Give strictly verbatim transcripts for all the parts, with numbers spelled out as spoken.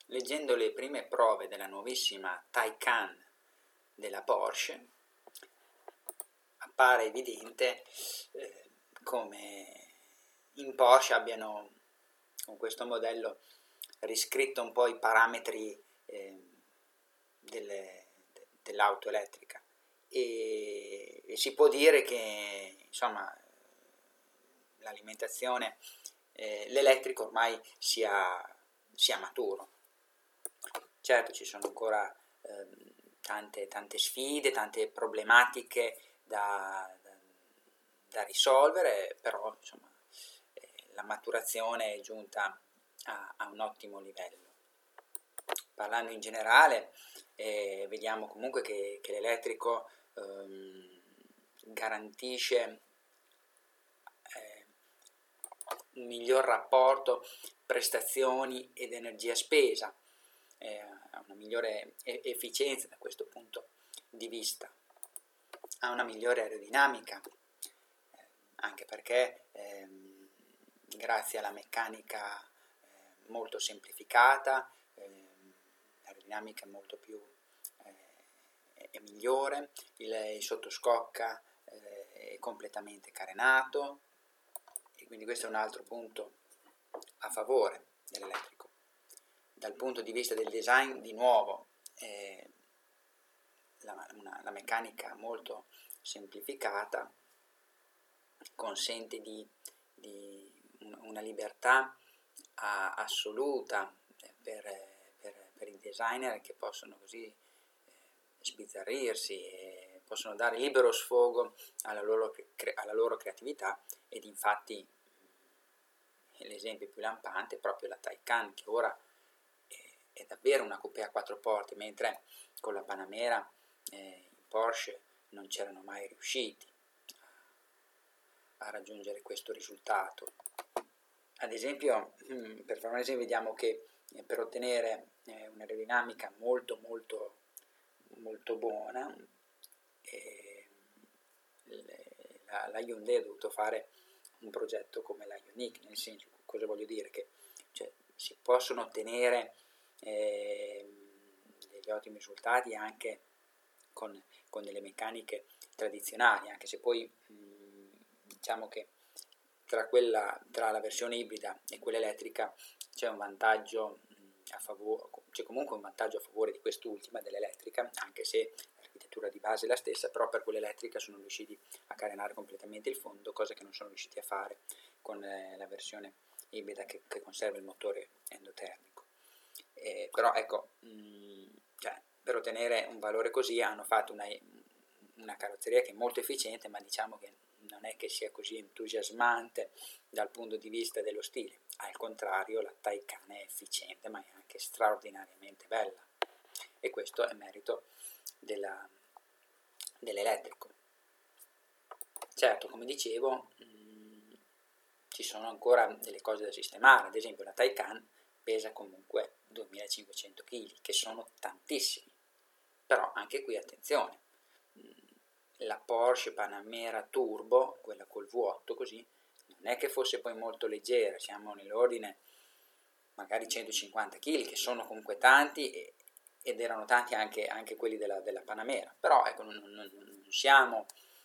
leggendo le prime prove della nuovissima Taycan della Porsche, appare evidente eh, come in Porsche abbiano con questo modello riscritto un po' i parametri eh, delle, de, dell'auto elettrica e, e si può dire che insomma l'alimentazione, eh, l'elettrico ormai sia, sia maturo. Certo ci sono ancora eh, tante, tante sfide, tante problematiche da, da, da risolvere, però insomma eh, la maturazione è giunta a, a un ottimo livello. Parlando in generale, eh, vediamo comunque che, che l'elettrico ehm, garantisce eh, un miglior rapporto prestazioni ed energia spesa, eh, una migliore e- efficienza da questo punto di vista, ha una migliore aerodinamica, eh, anche perché ehm, grazie alla meccanica eh, molto semplificata, eh, l'aerodinamica è molto più eh, è migliore, il, il sottoscocca eh, è completamente carenato, e quindi questo è un altro punto a favore dell'elettrico. Dal punto di vista del design, di nuovo, eh, la, una, la meccanica molto semplificata consente di, di una libertà a, assoluta per, per, per i designer, che possono così eh, sbizzarrirsi e possono dare libero sfogo alla loro, cre, alla loro creatività, ed infatti l'esempio più lampante è proprio la Taycan, che ora è, è davvero una coupé a quattro porte, mentre con la Panamera eh, i Porsche non c'erano mai riusciti a, a raggiungere questo risultato. Ad esempio, per fare un esempio, vediamo che eh, per ottenere eh, un'aerodinamica molto molto molto buona, eh, le, la, la Hyundai ha dovuto fare un progetto come la Ioniq, nel senso, cosa voglio dire? Che cioè, si possono ottenere eh, degli ottimi risultati anche con, con delle meccaniche tradizionali, anche se poi mh, diciamo che tra, quella, tra la versione ibrida e quella elettrica c'è un vantaggio mh, a favore, c'è comunque un vantaggio a favore di quest'ultima, dell'elettrica, anche se l'architettura di base è la stessa, però per quella elettrica sono riusciti a carenare completamente il fondo, cosa che non sono riusciti a fare con eh, la versione ibrida che, che conserva il motore endotermico. Eh, però ecco, mh, cioè, per ottenere un valore così hanno fatto una, una carrozzeria che è molto efficiente, ma diciamo che non è che sia così entusiasmante dal punto di vista dello stile. Al contrario, la Taycan è efficiente, ma è anche straordinariamente bella, e questo è merito della, dell'elettrico. Certo, come dicevo, mh, ci sono ancora delle cose da sistemare. Ad esempio la Taycan pesa comunque duemilacinquecento chili, che sono tantissimi, però anche qui attenzione, la Porsche Panamera Turbo, quella col V otto così, non è che fosse poi molto leggera, siamo nell'ordine magari centocinquanta chili, che sono comunque tanti, e, ed erano tanti anche, anche quelli della, della Panamera, però ecco, non, non, non, siamo,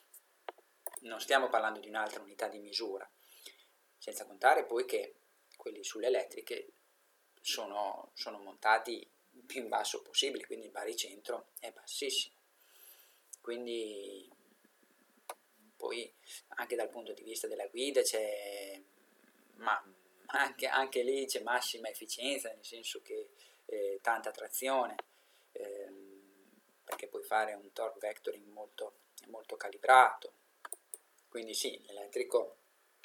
non stiamo parlando di un'altra unità di misura, senza contare poi che quelli sulle elettriche sono, sono montati più in basso possibile, quindi il baricentro è bassissimo. Quindi poi anche dal punto di vista della guida c'è, ma anche, anche lì c'è massima efficienza, nel senso che eh, tanta trazione, eh, perché puoi fare un torque vectoring molto, molto calibrato. Quindi sì, l'elettrico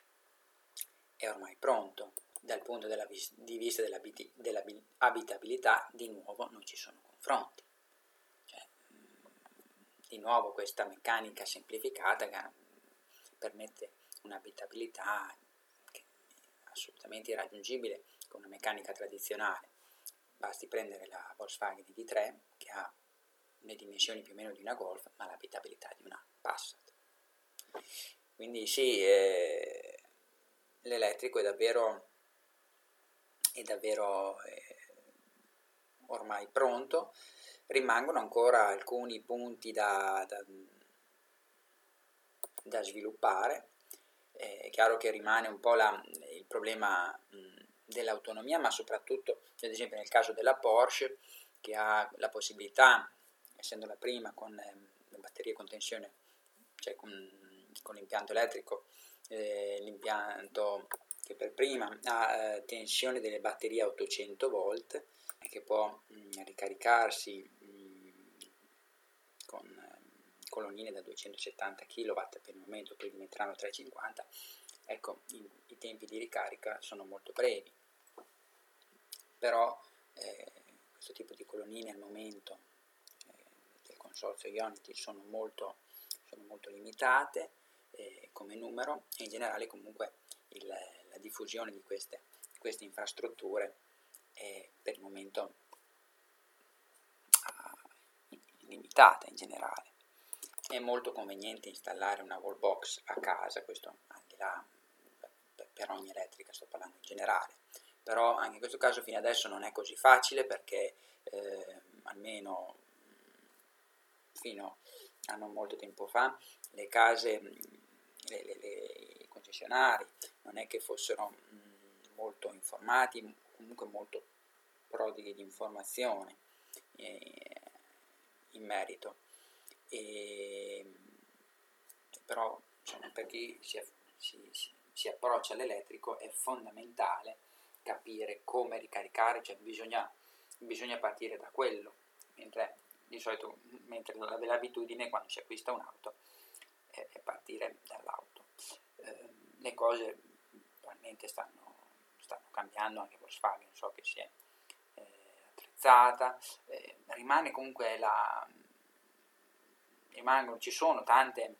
è ormai pronto. Dal punto della, di vista dell'abitabilità, di nuovo non ci sono confronti. Cioè, di nuovo questa meccanica semplificata che permette un'abitabilità che è assolutamente irraggiungibile con una meccanica tradizionale. Basti prendere la Volkswagen I D tre, che ha le dimensioni più o meno di una Golf, ma l'abitabilità di una Passat. Quindi sì, eh, l'elettrico è davvero, è davvero eh, ormai pronto, rimangono ancora alcuni punti da, da, da sviluppare. È chiaro che rimane un po' la, il problema mh, dell'autonomia, ma soprattutto, ad esempio nel caso della Porsche, che ha la possibilità, essendo la prima con eh, le batterie con tensione, cioè con, con l'impianto elettrico, eh, l'impianto che per prima ha eh, tensione delle batterie a ottocento volt e che può mh, ricaricarsi mh, con eh, colonnine da duecentosettanta chilowatt per il momento, poi diventeranno trecentocinquanta. Ecco, i, i tempi di ricarica sono molto brevi, però eh, questo tipo di colonnine al momento eh, del consorzio Ionity sono molto, sono molto limitate eh, come numero, e in generale comunque il, la diffusione di queste, queste infrastrutture è per il momento uh, limitata in generale. È molto conveniente installare una wallbox a casa, questo anche là per ogni elettrica, sto parlando in generale, però anche in questo caso fino adesso non è così facile, perché eh, almeno fino a non molto tempo fa le case, le, le, le, i concessionari non è che fossero mh, molto informati, comunque molto prodighi di informazione eh, in merito, e, però insomma, per chi si, si, si, si approccia all'elettrico è fondamentale capire come ricaricare, cioè bisogna, bisogna partire da quello, mentre di solito mentre l'abitudine quando si acquista un'auto è, è partire dall'auto. Eh, le cose probabilmente stanno, stanno cambiando, anche Volkswagen so che si è eh, attrezzata, eh, rimane comunque la rimangono, ci sono tante,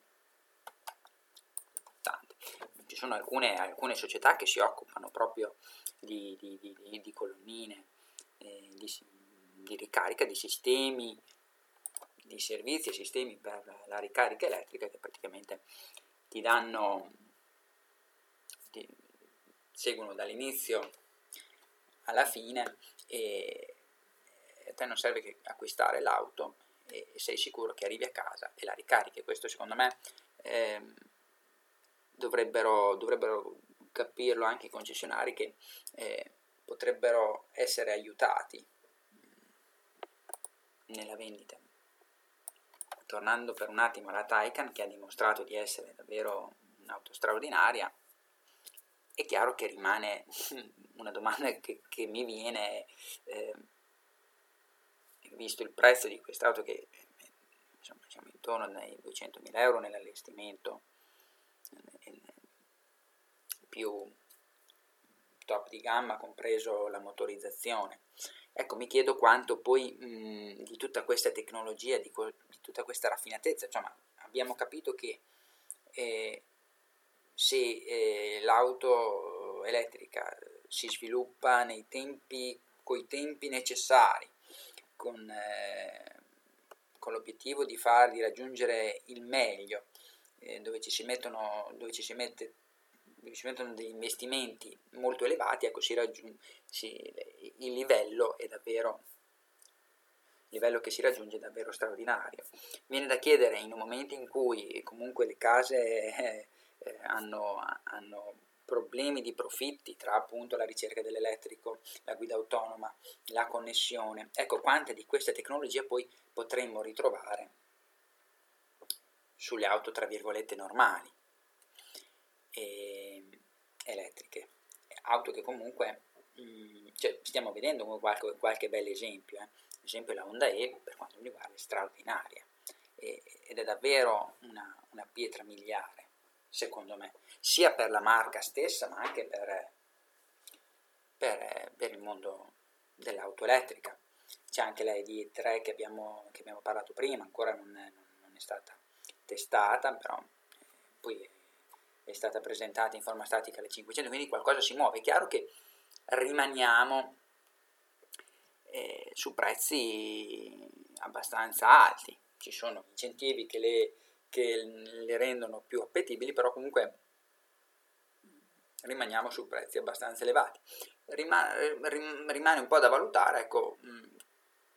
tante ci sono alcune, alcune società che si occupano proprio di, di, di, di colonnine, eh, di, di ricarica, di sistemi, di servizi e sistemi per la ricarica elettrica, che praticamente ti danno, ti seguono dall'inizio alla fine, e a te non serve che acquistare l'auto e sei sicuro che arrivi a casa e la ricarichi. Questo secondo me eh, dovrebbero, dovrebbero capirlo anche i concessionari, che eh, potrebbero essere aiutati nella vendita. Tornando per un attimo alla Taycan, che ha dimostrato di essere davvero un'auto straordinaria, è chiaro che rimane una domanda che, che mi viene, eh, visto il prezzo di quest'auto, che insomma siamo intorno ai duecentomila euro nell'allestimento più top di gamma, compreso la motorizzazione. Ecco, mi chiedo quanto poi mh, di tutta questa tecnologia, di, co- di tutta questa raffinatezza, insomma, abbiamo capito che eh, se eh, l'auto elettrica si sviluppa nei tempi, coi tempi necessari, con, eh, con l'obiettivo di far di raggiungere il meglio, eh, dove ci si mettono, dove ci si mette dove si mettono degli investimenti molto elevati, ecco, si raggiunge si, il livello è davvero il livello che si raggiunge è davvero straordinario. Viene da chiedere, in un momento in cui comunque le case eh, eh, hanno, hanno problemi di profitti tra appunto la ricerca dell'elettrico, la guida autonoma, la connessione, ecco quante di queste tecnologie poi potremmo ritrovare sulle auto tra virgolette normali e elettriche, auto che comunque mh, cioè, stiamo vedendo qualche, qualche bel esempio, eh. ad esempio la Honda E per quanto mi riguarda è straordinaria, e, ed è davvero una, una pietra miliare secondo me, sia per la marca stessa ma anche per, per, per il mondo dell'auto elettrica. C'è anche la E D E tre che abbiamo, che abbiamo parlato prima, ancora non è, non è stata testata, però eh, poi è stata presentata in forma statica alle cinquecento, quindi qualcosa si muove. È chiaro che rimaniamo eh, su prezzi abbastanza alti, ci sono incentivi che le, che le rendono più appetibili, però comunque rimaniamo su prezzi abbastanza elevati. Rimane, rimane un po' da valutare, ecco,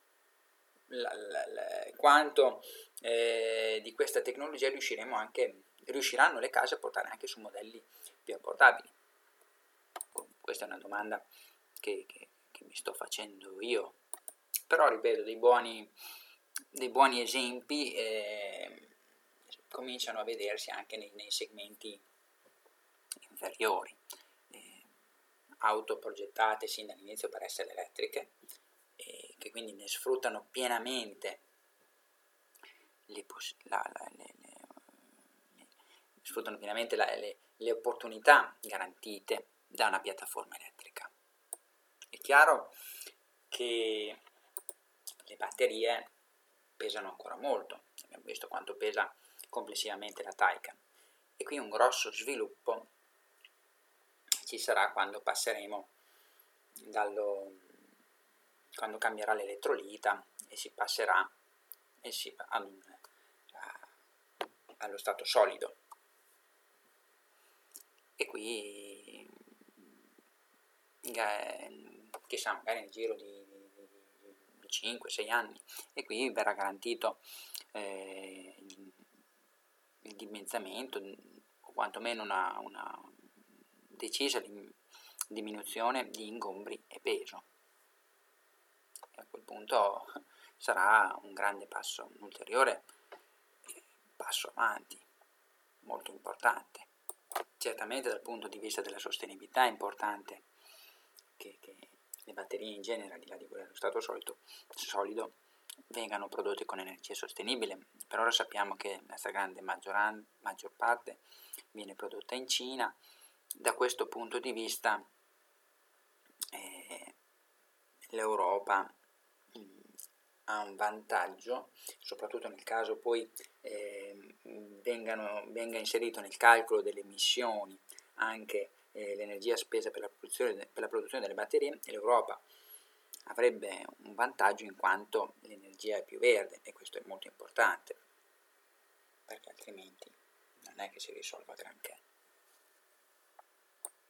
la, la, la, quanto eh, di questa tecnologia riusciremo anche, riusciranno le case a portare anche su modelli più abbordabili. Questa è una domanda che, che, che mi sto facendo io, però ripeto, dei buoni, dei buoni esempi eh, cominciano a vedersi anche nei, nei segmenti inferiori, eh, auto progettate sin dall'inizio per essere elettriche, e che quindi ne sfruttano pienamente le, la, la, le, le, le, sfruttano pienamente la, le, le opportunità garantite da una piattaforma elettrica. È chiaro che le batterie pesano ancora molto, abbiamo visto quanto pesa complessivamente la Taycan, e qui un grosso sviluppo ci sarà quando passeremo dallo, quando cambierà l'elettrolita e si passerà e si, a, a, allo stato solido, e qui chissà, magari nel giro di, di, di cinque sei anni, e qui verrà garantito eh, il, il dimezzamento o quantomeno una, una decisa diminuzione di ingombri e peso, e a quel punto sarà un grande passo, un ulteriore passo avanti, molto importante. Certamente dal punto di vista della sostenibilità è importante che, che le batterie in genere, al di là di quelle dello stato solido, solido vengano prodotte con energia sostenibile. Per ora sappiamo che la stragrande maggior, maggior parte viene prodotta in Cina. Da questo punto di vista eh, l'Europa mh, ha un vantaggio, soprattutto nel caso poi eh, vengano, venga inserito nel calcolo delle emissioni anche eh, l'energia spesa per la, produzione, per la produzione delle batterie. L'Europa avrebbe un vantaggio in quanto l'energia è più verde, e questo è molto importante, perché altrimenti non è che si risolva granché.